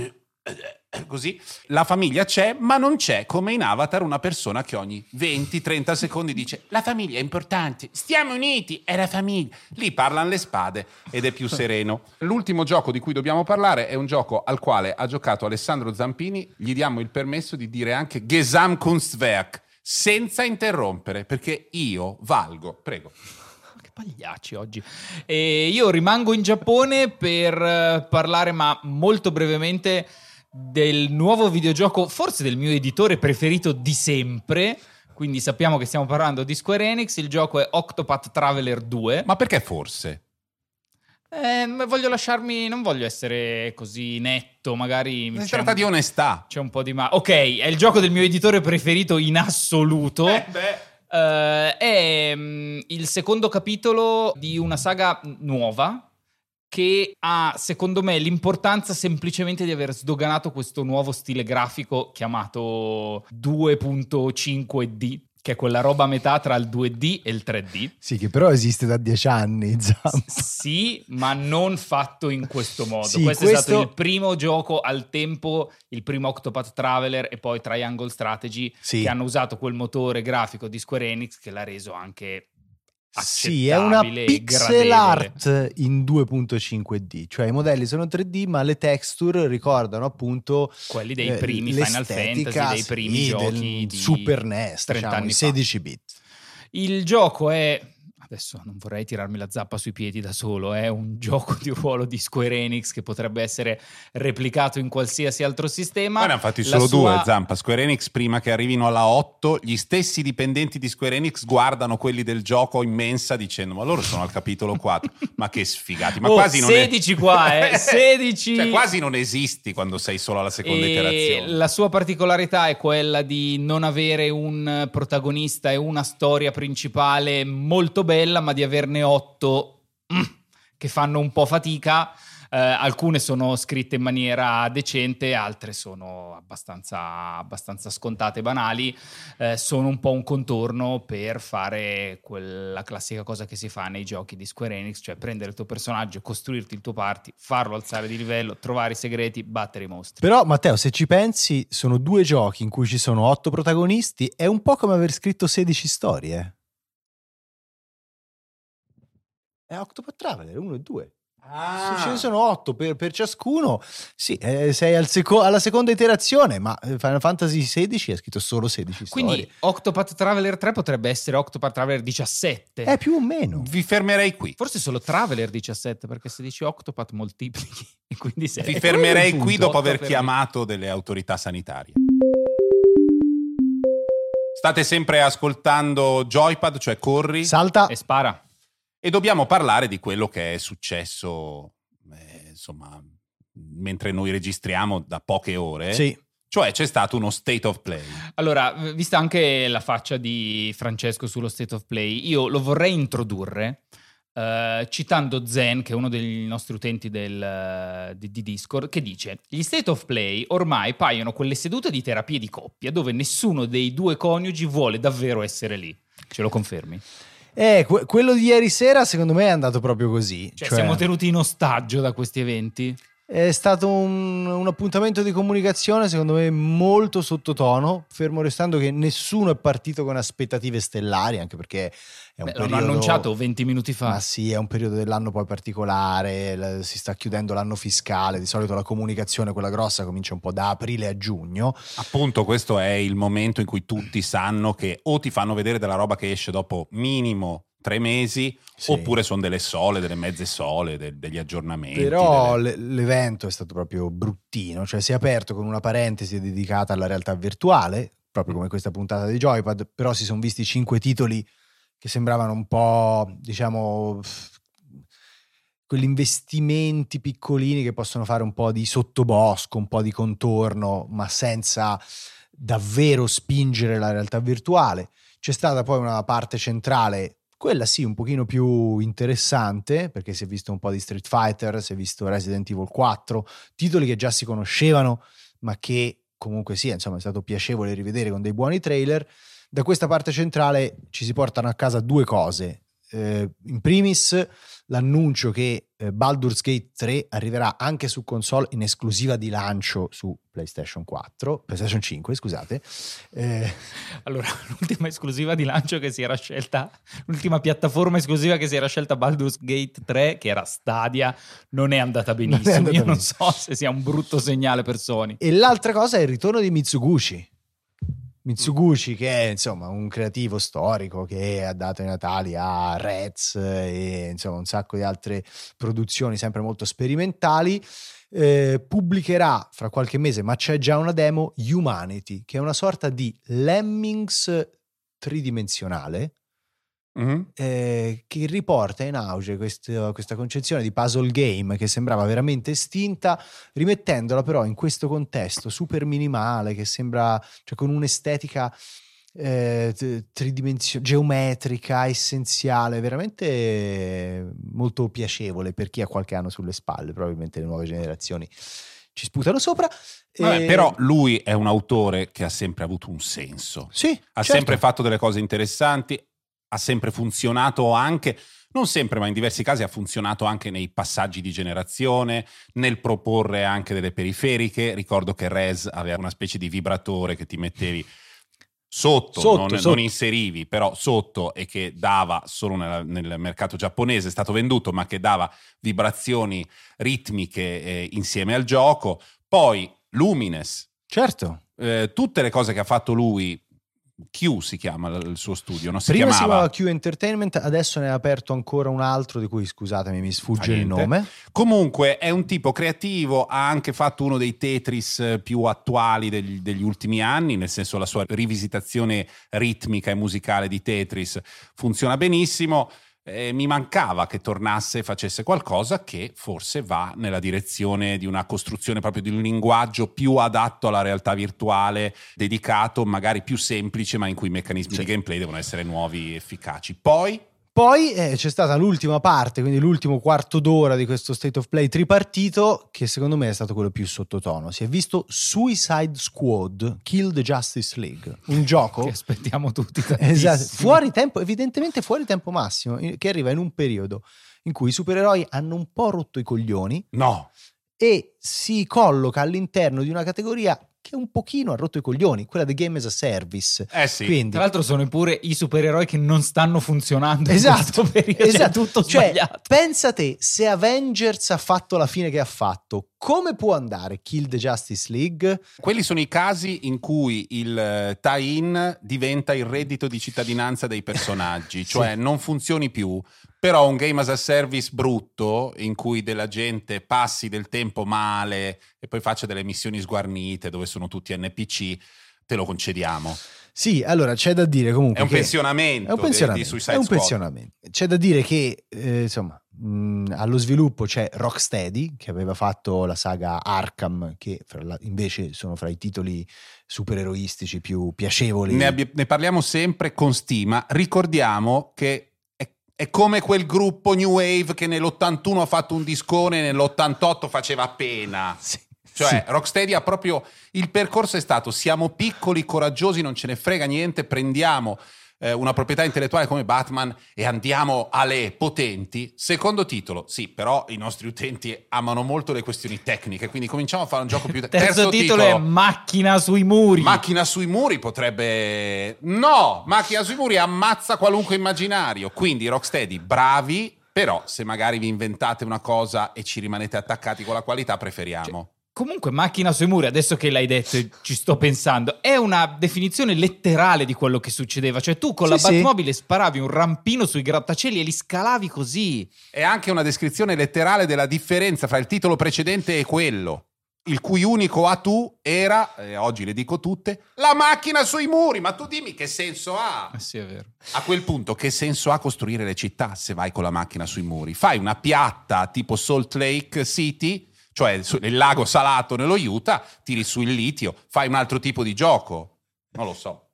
Così la famiglia c'è, ma non c'è come in Avatar una persona che ogni 20-30 secondi dice la famiglia è importante, stiamo uniti, è la famiglia. Lì parlano le spade ed è più sereno. L'ultimo gioco di cui dobbiamo parlare è un gioco al quale ha giocato Alessandro Zampini. Gli diamo il permesso di dire anche Gesamtkunstwerk senza interrompere, perché io valgo. Prego.
Che pagliacci oggi. E io rimango in Giappone per parlare, ma molto brevemente, del nuovo videogioco, forse del mio editore preferito di sempre. Quindi sappiamo che stiamo parlando di Square Enix. Il gioco è Octopath Traveler 2.
Ma perché forse?
Voglio lasciarmi, non voglio essere così netto, magari
Si tratta di onestà.
c'è un po' di ok, è il gioco del mio editore preferito in assoluto. È il secondo capitolo di una saga nuova che ha, secondo me, l'importanza semplicemente di aver sdoganato questo nuovo stile grafico chiamato 2.5D, che è quella roba a metà tra il 2D e il 3D.
Sì, che però esiste da 10 anni, Zampa.
Sì, ma non fatto in questo modo.
Sì,
questo è stato il primo gioco al tempo, il primo Octopath Traveler e poi Triangle Strategy,
Sì.
che hanno usato quel motore grafico di Square Enix che l'ha reso anche
Sì, è una
accettabile e
pixel
gradevole.
art in 2.5D, cioè i modelli sono 3D ma le texture ricordano appunto
Quelli dei primi Final
l'estetica,
Fantasy, dei primi
sì,
giochi
del
di
Super NES,
30
diciamo,
anni
i
fa.
16 bit.
Il gioco è, adesso non vorrei tirarmi la zappa sui piedi da solo, è un gioco di ruolo di Square Enix che potrebbe essere replicato in qualsiasi altro sistema.
Ma ne hanno fatti solo due, Zampa. Square Enix, prima che arrivino alla 8, gli stessi dipendenti di Square Enix guardano quelli del gioco in mensa dicendo ma loro sono al capitolo 4, ma che sfigati, ma quasi non
16 qua, 16!
Cioè quasi non esisti quando sei solo alla seconda iterazione.
La sua particolarità è quella di non avere un protagonista e una storia principale molto bella, ma di averne 8 che fanno un po' fatica. Alcune sono scritte in maniera decente, altre sono abbastanza scontate e banali. Sono un po' un contorno per fare quella classica cosa che si fa nei giochi di Square Enix, cioè prendere il tuo personaggio, costruirti il tuo party, farlo alzare di livello, trovare i segreti, battere i mostri.
Però Matteo, se ci pensi, sono 2 giochi in cui ci sono 8 protagonisti, è un po' come aver scritto 16 storie. È Octopath Traveler 1 e 2. Se ce ne sono 8 per ciascuno, sì, sei alla seconda iterazione, ma Final Fantasy XVI è scritto solo 16
Quindi
storie.
Octopath Traveler 3 potrebbe essere Octopath Traveler 17.
Più o meno.
Vi fermerei qui.
Forse solo Traveler 17, perché se dici Octopath moltiplichi e quindi sei.
Vi fermerei qui dopo aver
8 per
chiamato delle autorità sanitarie. State sempre ascoltando Joypad, cioè corri.
Salta.
e spara.
E dobbiamo parlare di quello che è successo, insomma, mentre noi registriamo da poche ore.
Sì.
Cioè c'è stato uno State of Play.
Allora, vista anche la faccia di Francesco sullo State of Play, io lo vorrei introdurre citando Zen, che è uno dei nostri utenti di Discord, che dice: gli State of Play ormai paiono quelle sedute di terapia di coppia dove nessuno dei due coniugi vuole davvero essere lì. Ce lo confermi?
Quello di ieri sera secondo me è andato proprio così.
Cioè siamo tenuti in ostaggio da questi eventi?
È stato un appuntamento di comunicazione secondo me molto sottotono, fermo restando che nessuno è partito con aspettative stellari, anche perché è un periodo...
L'hanno annunciato 20 minuti fa.
Ma sì, è un periodo dell'anno poi particolare, si sta chiudendo l'anno fiscale, di solito la comunicazione, quella grossa, comincia un po' da aprile a giugno.
Appunto questo è il momento in cui tutti sanno che o ti fanno vedere della roba che esce dopo minimo 3 mesi, sì, oppure sono delle sole, delle mezze sole, degli aggiornamenti.
Però l'evento è stato proprio bruttino, cioè si è aperto con una parentesi dedicata alla realtà virtuale, proprio come questa puntata di Joypad, però si sono visti 5 titoli che sembravano un po', diciamo, quegli investimenti piccolini che possono fare un po' di sottobosco, un po' di contorno, ma senza davvero spingere la realtà virtuale. C'è stata poi una parte centrale, quella sì un pochino più interessante, perché si è visto un po' di Street Fighter, si è visto Resident Evil 4, titoli che già si conoscevano, ma che comunque sì, insomma è stato piacevole rivedere con dei buoni trailer. Da questa parte centrale ci si portano a casa 2 cose. In primis l'annuncio che Baldur's Gate 3 arriverà anche su console in esclusiva di lancio su PlayStation 5, scusate.
Allora, l'ultima esclusiva di lancio che si era scelta, l'ultima piattaforma esclusiva che si era scelta Baldur's Gate 3, che era Stadia, non è andata benissimo. Io non so se sia un brutto segnale per Sony.
E l'altra cosa è il ritorno di Mitsuguchi, che è insomma un creativo storico che ha dato i natali a Rez e insomma un sacco di altre produzioni sempre molto sperimentali. Pubblicherà fra qualche mese, ma c'è già una demo, Humanity, che è una sorta di Lemmings tridimensionale, che riporta in auge questa concezione di puzzle game che sembrava veramente estinta, rimettendola però in questo contesto super minimale che sembra, cioè con un'estetica geometrica, essenziale, veramente molto piacevole per chi ha qualche anno sulle spalle. Probabilmente le nuove generazioni ci sputano sopra.
Vabbè, però lui è un autore che ha sempre avuto un senso.
Sì,
ha
certo.
sempre fatto delle cose interessanti, ha sempre funzionato anche, non sempre, ma in diversi casi ha funzionato anche nei passaggi di generazione, nel proporre anche delle periferiche. Ricordo che Rez aveva una specie di vibratore che ti mettevi sotto. Non inserivi, però sotto, e che dava solo nel mercato giapponese, è stato venduto, ma che dava vibrazioni ritmiche insieme al gioco. Poi Lumines,
certo,
tutte le cose che ha fatto lui. Q si chiama il suo studio, non si
prima
chiamava?
si chiamava Q Entertainment, adesso ne ha aperto ancora un altro di cui, scusatemi, mi sfugge il nome.
Comunque è un tipo creativo, ha anche fatto uno dei Tetris più attuali degli ultimi anni, nel senso la sua rivisitazione ritmica e musicale di Tetris funziona benissimo. Mi mancava che tornasse e facesse qualcosa che forse va nella direzione di una costruzione proprio di un linguaggio più adatto alla realtà virtuale, dedicato, magari più semplice, ma in cui i meccanismi di gameplay devono essere nuovi e efficaci. Poi
c'è stata l'ultima parte, quindi l'ultimo quarto d'ora di questo State of Play tripartito, che secondo me è stato quello più sottotono. Si è visto Suicide Squad Kill the Justice League, un gioco
che aspettiamo tutti tantissimo.
Esatto, fuori tempo, evidentemente fuori tempo massimo, che arriva in un periodo in cui i supereroi hanno un po' rotto i coglioni.
No.
E si colloca all'interno di una categoria che un pochino ha rotto i coglioni, quella del game as a service.
Sì.
Quindi,
tra l'altro sono pure i supereroi che non stanno funzionando
esatto,
in questo periodo,
esatto.
Cioè, tutto sbagliato.
Pensa te, se Avengers ha fatto la fine che ha fatto, come può andare Kill the Justice League?
Quelli sono i casi in cui il tie-in diventa il reddito di cittadinanza dei personaggi, cioè non funzioni più, però un game as a service brutto in cui della gente passi del tempo male e poi faccia delle missioni sguarnite dove sono tutti NPC, te lo concediamo.
Sì, allora c'è da dire comunque
è un pensionamento di Suicide Squad.
È un pensionamento. C'è da dire che allo sviluppo c'è Rocksteady, che aveva fatto la saga Arkham, che invece sono fra i titoli supereroistici più piacevoli.
Ne parliamo sempre con stima. Ricordiamo che è come quel gruppo New Wave che nell'81 ha fatto un discone e nell'88 faceva pena.
Sì.
Cioè, Rocksteady ha proprio... Il percorso è stato: siamo piccoli, coraggiosi, non ce ne frega niente, prendiamo una proprietà intellettuale come Batman e andiamo alle potenti. Secondo titolo, sì, però i nostri utenti amano molto le questioni tecniche, quindi cominciamo a fare un gioco più...
Terzo titolo è Macchina sui muri.
Macchina sui muri potrebbe... No! Macchina sui muri ammazza qualunque immaginario. Quindi Rocksteady, bravi, però se magari vi inventate una cosa e ci rimanete attaccati con la qualità, preferiamo...
Comunque Macchina sui muri, adesso che l'hai detto e ci sto pensando, è una definizione letterale di quello che succedeva. Cioè tu con la Batmobile sparavi un rampino sui grattacieli e li scalavi così.
È anche una descrizione letterale della differenza fra il titolo precedente e quello, il cui unico atu era, oggi le dico tutte, la macchina sui muri. Ma tu dimmi che senso ha?
Sì, è vero.
A quel punto che senso ha costruire le città se vai con la macchina sui muri? Fai una piatta tipo Salt Lake City, cioè il lago salato nello Utah, tiri su il litio, fai un altro tipo di gioco. Non lo so.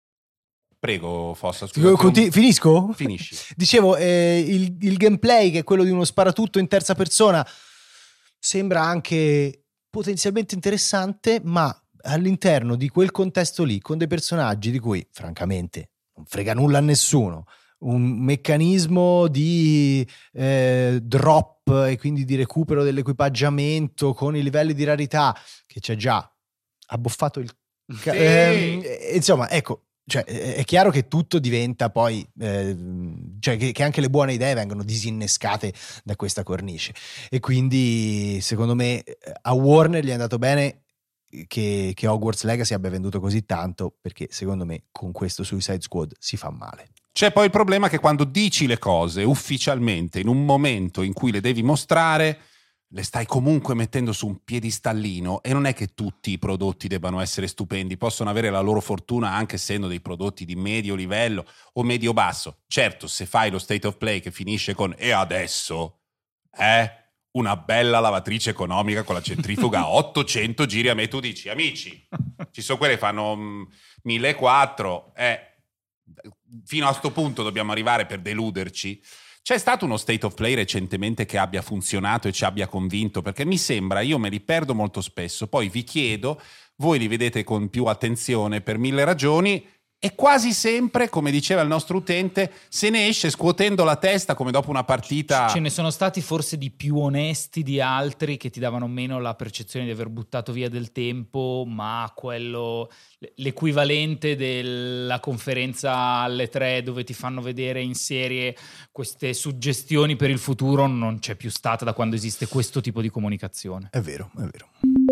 Prego, Fossa,
finisco?
Finisci.
Dicevo, il gameplay, che è quello di uno sparatutto in terza persona, sembra anche potenzialmente interessante, ma all'interno di quel contesto lì, con dei personaggi di cui, francamente, non frega nulla a nessuno, un meccanismo di drop e quindi di recupero dell'equipaggiamento con i livelli di rarità che c'è già, ha boffato il... insomma, ecco, cioè, è chiaro che tutto diventa poi cioè che anche le buone idee vengono disinnescate da questa cornice, e quindi secondo me a Warner gli è andato bene che Hogwarts Legacy abbia venduto così tanto, perché secondo me con questo Suicide Squad si fa male.
C'è poi il problema che quando dici le cose ufficialmente, in un momento in cui le devi mostrare, le stai comunque mettendo su un piedistallino, e non è che tutti i prodotti debbano essere stupendi, possono avere la loro fortuna anche essendo dei prodotti di medio livello o medio basso. Certo, se fai lo State of Play che finisce con "e adesso?", una bella lavatrice economica con la centrifuga a 800 giri a me, tu dici, amici, ci sono quelle che fanno 1.400, fino a sto punto dobbiamo arrivare per deluderci. C'è stato uno state of play recentemente che abbia funzionato e ci abbia convinto? Perché mi sembra, io me li perdo molto spesso, poi vi chiedo, voi li vedete con più attenzione per 1000 ragioni, e quasi sempre, come diceva il nostro utente, se ne esce scuotendo la testa come dopo una partita.
Ce ne sono stati forse di più onesti di altri che ti davano meno la percezione di aver buttato via del tempo, ma quello, l'equivalente della conferenza alle 3 dove ti fanno vedere in serie queste suggestioni per il futuro, non c'è più stata da quando esiste questo tipo di comunicazione.
È vero, è vero.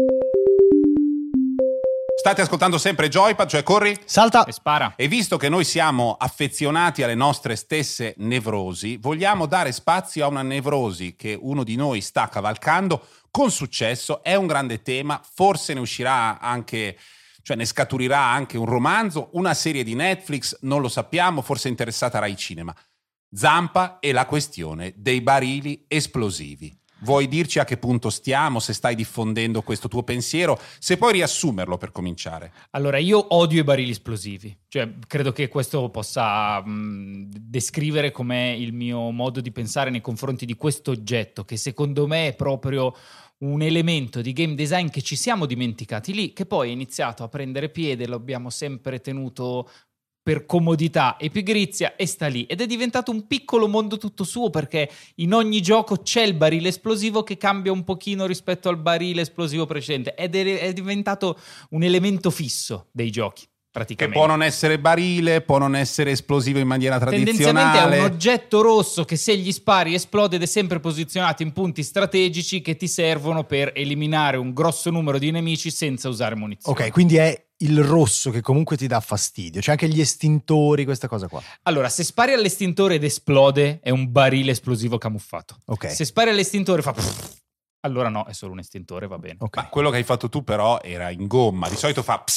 State ascoltando sempre Joypad, cioè corri,
salta
e spara.
E visto che noi siamo affezionati alle nostre stesse nevrosi, vogliamo dare spazio a una nevrosi che uno di noi sta cavalcando con successo. È un grande tema, forse ne uscirà anche, cioè ne scaturirà anche un romanzo, una serie di Netflix, non lo sappiamo, forse è interessata Rai Cinema. Zampa e la questione dei barili esplosivi. Vuoi dirci a che punto stiamo, se stai diffondendo questo tuo pensiero, se puoi riassumerlo per cominciare?
Allora, io odio i barili esplosivi, cioè credo che questo possa descrivere com'è il mio modo di pensare nei confronti di questo oggetto, che secondo me è proprio un elemento di game design che ci siamo dimenticati lì, che poi è iniziato a prendere piede, lo abbiamo sempre tenuto per comodità e pigrizia e sta lì, ed è diventato un piccolo mondo tutto suo, perché in ogni gioco c'è il barile esplosivo che cambia un pochino rispetto al barile esplosivo precedente, ed è diventato un elemento fisso dei giochi.
Che può non essere barile, può non essere esplosivo in maniera tradizionale.
Tendenzialmente è un oggetto rosso che se gli spari esplode ed è sempre posizionato in punti strategici che ti servono per eliminare un grosso numero di nemici senza usare munizioni.
Ok, quindi è il rosso che comunque ti dà fastidio. C'è anche gli estintori, questa cosa qua.
Allora, se spari all'estintore ed esplode, è un barile esplosivo camuffato.
Ok.
Se spari all'estintore fa... allora no, è solo un estintore, va bene.
Ok.
Ma quello che hai fatto tu però era in gomma, di solito fa...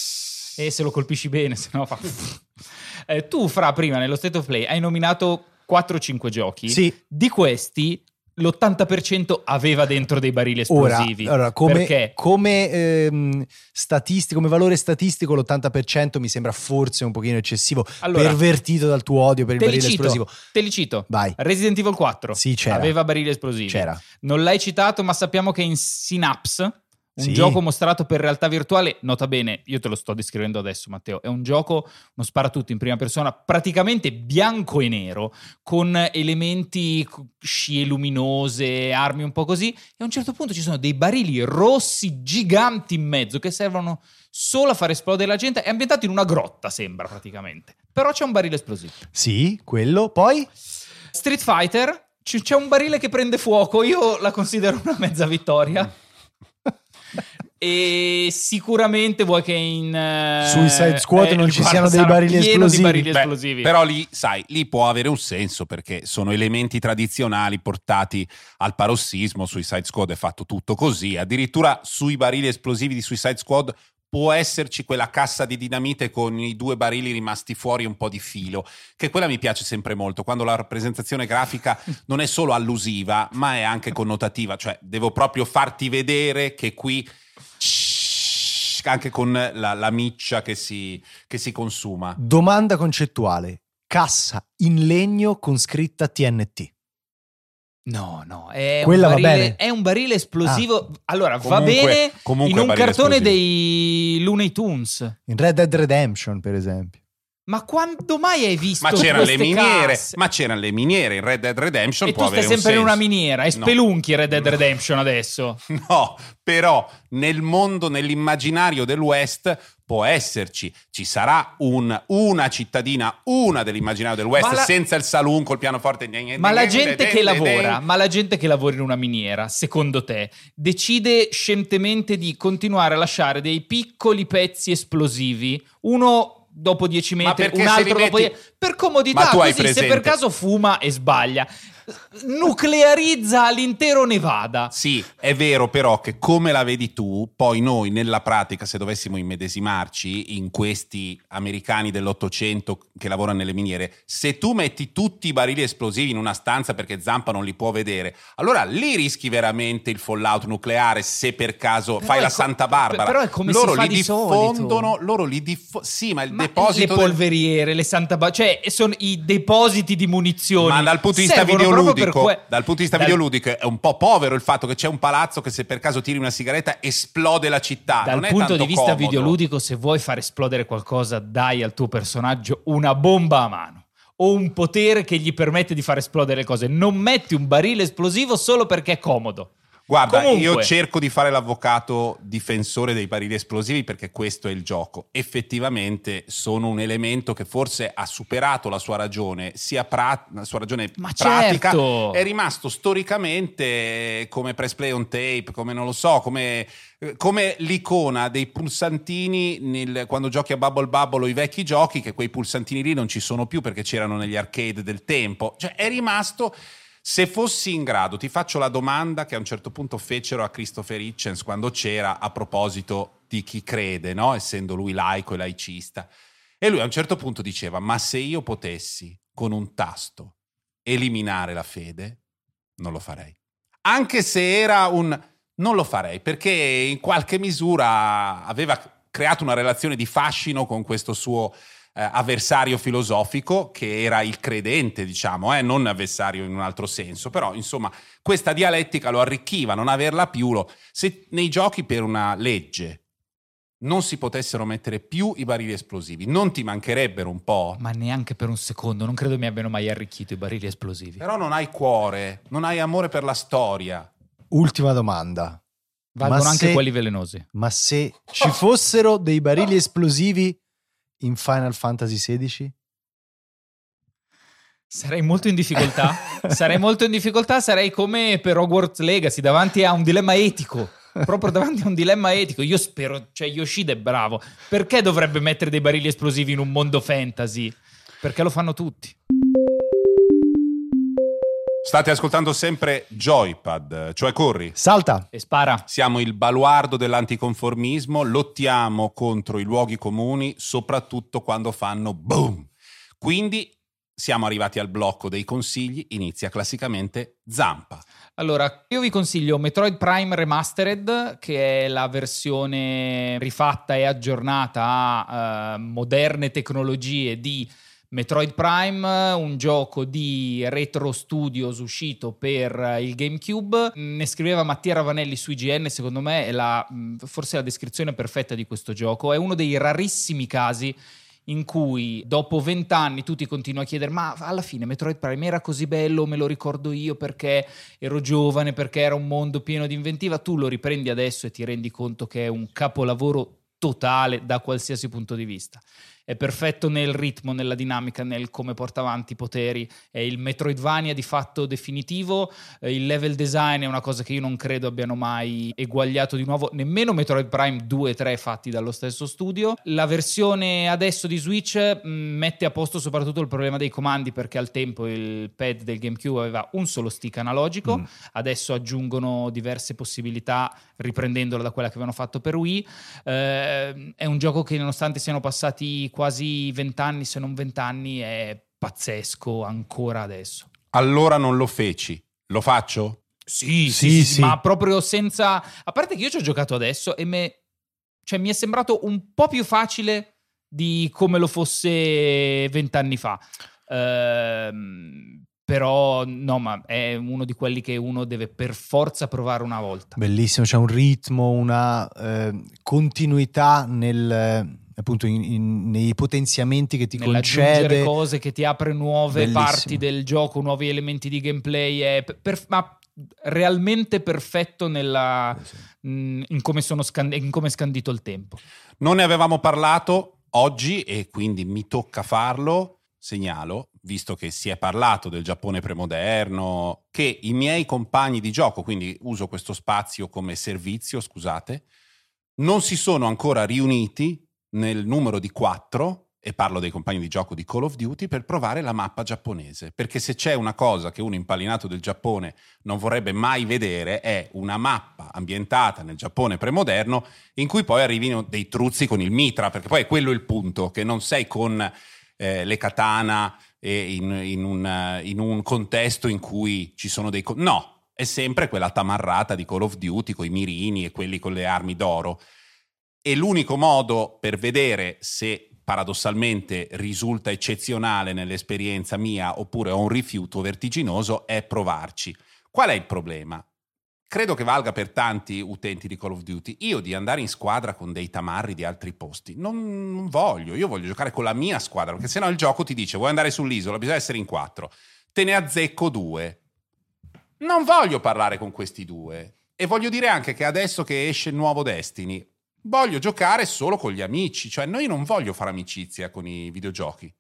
E se lo colpisci bene, se no fa... tu, Fra, prima nello State of Play hai nominato 4-5 giochi.
Sì.
Di questi l'80% aveva dentro dei barili esplosivi.
Ora
perché?
come statistico, come valore statistico l'80% mi sembra forse un pochino eccessivo,
Allora,
pervertito dal tuo odio per il barile esplosivo.
Te li cito.
Vai.
Resident Evil 4
Sì, c'era.
aveva barili esplosivi.
C'era.
Non l'hai citato, ma sappiamo che in Synapse, un
Sì.
gioco mostrato per realtà virtuale, nota bene, io te lo sto descrivendo adesso, Matteo, è un gioco, uno sparatutto in prima persona, praticamente bianco e nero, con elementi, scie luminose, armi un po' così, e a un certo punto ci sono dei barili rossi giganti in mezzo che servono solo a far esplodere la gente. È ambientato in una grotta, sembra, praticamente. Però c'è un barile esplosivo.
Sì, quello. Poi?
Street Fighter, c'è un barile che prende fuoco, io la considero una mezza vittoria. E sicuramente vuoi che in
Suicide Squad non ci siano dei barili esplosivi.
Di barili esplosivi.
Però lì, sai, lì può avere un senso perché sono elementi tradizionali portati al parossismo. Suicide Squad è fatto tutto così. Addirittura sui barili esplosivi di Suicide Squad può esserci quella cassa di dinamite con i 2 barili rimasti fuori un po' di filo, che quella mi piace sempre molto, quando la rappresentazione grafica non è solo allusiva, ma è anche connotativa, cioè devo proprio farti vedere che qui anche con la miccia che si consuma.
Domanda concettuale. Cassa in legno con scritta TNT.
No, è
Quella
un barile,
va bene.
è un barile esplosivo. Allora, va
Comunque-
bene
comunque
in un
barile
cartone
esplosivo.
dei Looney Tunes.
In Red Dead Redemption, per esempio.
Ma quando mai hai visto
Ma c'erano le
queste
miniere,
casse?
ma c'erano le miniere in Red Dead Redemption.
E
può
tu stai
avere un
sempre in una
senso.
miniera e
No.
spelunchi Red Dead Redemption adesso.
No, però nel mondo, nell'immaginario del West può esserci, ci sarà una cittadina, una dell'immaginario del West, senza il saloon col pianoforte.
Ma la gente che lavora in una miniera, secondo te, decide scientemente di continuare a lasciare dei piccoli pezzi esplosivi, uno dopo 10 metri,
perché
un
se
altro
li
dopo
metti-
10, per comodità,
Ma tu hai
così se
presente-
per caso fuma e sbaglia. nuclearizza l'intero Nevada.
Sì, è vero però che come la vedi tu, poi noi nella pratica, se dovessimo immedesimarci in questi americani dell'Ottocento che lavorano nelle miniere, se tu metti tutti i barili esplosivi in una stanza perché Zampa non li può vedere, allora lì rischi veramente il fallout nucleare se per caso
Però
fai
è
la Santa Barbara.
Però è come
loro
si fa
li
di
diffondono,
solito.
loro li sì, ma il
Ma
deposito
le polveriere, le cioè sono i depositi di munizioni.
Ma dal punto di vista
servono proprio
videoludico, dal punto di vista videoludico è un po' povero il fatto che c'è un palazzo che se per caso tiri una sigaretta esplode la città.
Dal
non è
punto
tanto
di vista
comodo.
videoludico, se vuoi far esplodere qualcosa, dai al tuo personaggio una bomba a mano o un potere che gli permette di far esplodere le cose. Non metti un barile esplosivo solo perché è comodo.
Guarda,
Comunque,
io cerco di fare l'avvocato difensore dei barili esplosivi perché questo è il gioco. Effettivamente sono un elemento che forse ha superato la sua ragione, la sua ragione
ma
pratica,
certo.
è rimasto storicamente come press play on tape, come non lo so, come l'icona dei pulsantini quando giochi a Bubble Bubble o i vecchi giochi, che quei pulsantini lì non ci sono più perché c'erano negli arcade del tempo. Cioè è rimasto... Se fossi in grado, ti faccio la domanda che a un certo punto fecero a Christopher Hitchens quando c'era a proposito di chi crede, no? Essendo lui laico e laicista. E lui a un certo punto diceva, ma se io potessi con un tasto eliminare la fede, non lo farei. Anche se era non lo farei, perché in qualche misura aveva creato una relazione di fascino con questo suo avversario filosofico che era il credente, diciamo, non avversario in un altro senso, però insomma questa dialettica lo arricchiva, non averla più. Se nei giochi per una legge non si potessero mettere più i barili esplosivi, non ti mancherebbero un po'?
Ma neanche per un secondo, non credo mi abbiano mai arricchito i barili esplosivi.
Però non hai cuore, non hai amore per la storia.
Ultima domanda.
Valgono anche quelli velenosi.
Ma se ci fossero dei barili esplosivi in Final Fantasy XVI?
Sarei molto in difficoltà. Sarei come per Hogwarts Legacy, davanti a un dilemma etico. Proprio davanti a un dilemma etico. Io spero, cioè Yoshida è bravo. Perché dovrebbe mettere dei barili esplosivi in un mondo fantasy? Perché lo fanno tutti.
State ascoltando sempre Joypad, cioè corri,
salta
e spara.
Siamo il baluardo dell'anticonformismo, lottiamo contro i luoghi comuni, soprattutto quando fanno boom. Quindi siamo arrivati al blocco dei consigli, inizia classicamente Zampa.
Allora, io vi consiglio Metroid Prime Remastered, che è la versione rifatta e aggiornata a moderne tecnologie di Metroid Prime, un gioco di Retro Studios uscito per il GameCube. Ne scriveva Mattia Ravanelli su IGN, secondo me è forse la descrizione perfetta di questo gioco. È uno dei rarissimi casi in cui dopo 20 anni tu ti continui a chiedere ma alla fine Metroid Prime era così bello, me lo ricordo io perché ero giovane, perché era un mondo pieno di inventiva. Tu lo riprendi adesso e ti rendi conto che è un capolavoro totale da qualsiasi punto di vista. È perfetto nel ritmo, nella dinamica, nel come porta avanti i poteri. È il Metroidvania di fatto definitivo. Il level design è una cosa che io non credo abbiano mai eguagliato di nuovo, nemmeno Metroid Prime 2 e 3 fatti dallo stesso studio. La versione adesso di Switch mette a posto soprattutto il problema dei comandi, perché al tempo il pad del GameCube aveva un solo stick analogico. Adesso aggiungono diverse possibilità riprendendola da quella che avevano fatto per Wii. È un gioco che, nonostante siano passati quasi 20 anni, se non 20 anni, è pazzesco ancora adesso.
Allora non lo feci, lo faccio?
Sì, ma proprio senza... A parte che io ci ho giocato adesso e mi è sembrato un po' più facile di come lo fosse 20 anni fa. Però no, ma è uno di quelli che uno deve per forza provare una volta.
Bellissimo, c'è un ritmo, una continuità appunto nei potenziamenti che ti concede,
cose che ti apre nuove
bellissimo.
Parti del gioco, nuovi elementi di gameplay, è ma realmente perfetto in come è scandito il tempo.
Non ne avevamo parlato oggi e quindi mi tocca farlo. Segnalo, visto che si è parlato del Giappone premoderno, che i miei compagni di gioco, quindi uso questo spazio come servizio, scusate, non si sono ancora riuniti nel numero di 4 e parlo dei compagni di gioco di Call of Duty, per provare la mappa giapponese, perché se c'è una cosa che un impallinato del Giappone non vorrebbe mai vedere è una mappa ambientata nel Giappone premoderno in cui poi arrivino dei truzzi con il mitra, perché poi è quello il punto, che non sei con le katana in un contesto in cui ci sono dei... No, è sempre quella tamarrata di Call of Duty con i mirini e quelli con le armi d'oro. E l'unico modo per vedere se paradossalmente risulta eccezionale nell'esperienza mia oppure ho un rifiuto vertiginoso è provarci. Qual è il problema? Credo che valga per tanti utenti di Call of Duty. Io di andare in squadra con dei tamarri di altri posti non voglio. Io voglio giocare con la mia squadra, perché sennò il gioco ti dice vuoi andare sull'isola, bisogna essere in 4. Te ne azzecco 2. Non voglio parlare con questi 2. E voglio dire anche che adesso che esce il nuovo Destiny voglio giocare solo con gli amici, cioè io non voglio fare amicizia con i videogiochi.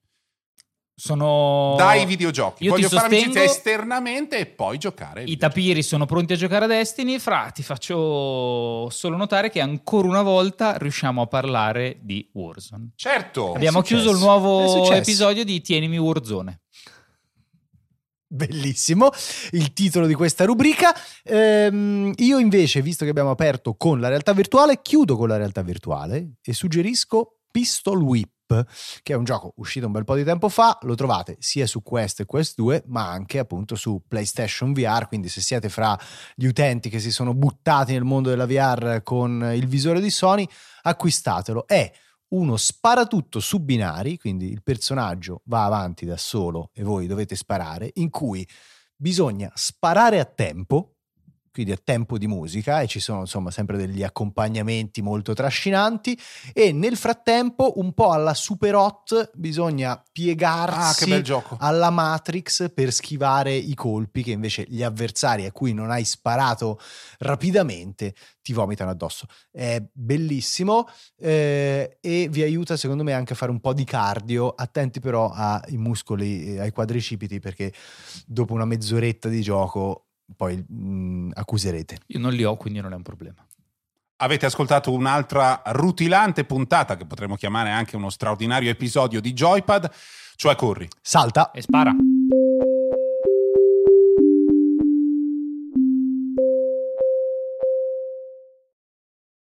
Dai videogiochi,
io
voglio
ti
fare
sostengo,
amicizia esternamente e poi giocare.
I tapiri sono pronti a giocare a Destiny. Ti faccio solo notare che ancora una volta riusciamo a parlare di Warzone.
Certo.
Abbiamo chiuso il nuovo episodio di Tienimi Warzone.
Bellissimo il titolo di questa rubrica. Io invece, visto che abbiamo aperto con la realtà virtuale, chiudo con la realtà virtuale e suggerisco Pistol Whip, che è un gioco uscito un bel po' di tempo fa. Lo trovate sia su Quest e Quest 2 ma anche appunto su PlayStation VR, quindi se siete fra gli utenti che si sono buttati nel mondo della VR con il visore di Sony, acquistatelo. È uno sparatutto su binari, quindi il personaggio va avanti da solo e voi dovete sparare, in cui bisogna sparare a tempo, quindi a tempo di musica, e ci sono insomma sempre degli accompagnamenti molto trascinanti, e nel frattempo un po' alla Super Hot bisogna piegarsi
che bel gioco.
alla Matrix per schivare i colpi che invece gli avversari a cui non hai sparato rapidamente ti vomitano addosso. È bellissimo e vi aiuta secondo me anche a fare un po' di cardio. Attenti però ai muscoli, ai quadricipiti, perché dopo una mezz'oretta di gioco poi accuserete.
Io non li ho, quindi non è un problema.
Avete ascoltato un'altra rutilante puntata che potremmo chiamare anche uno straordinario episodio di Joypad, cioè corri,
salta
e spara.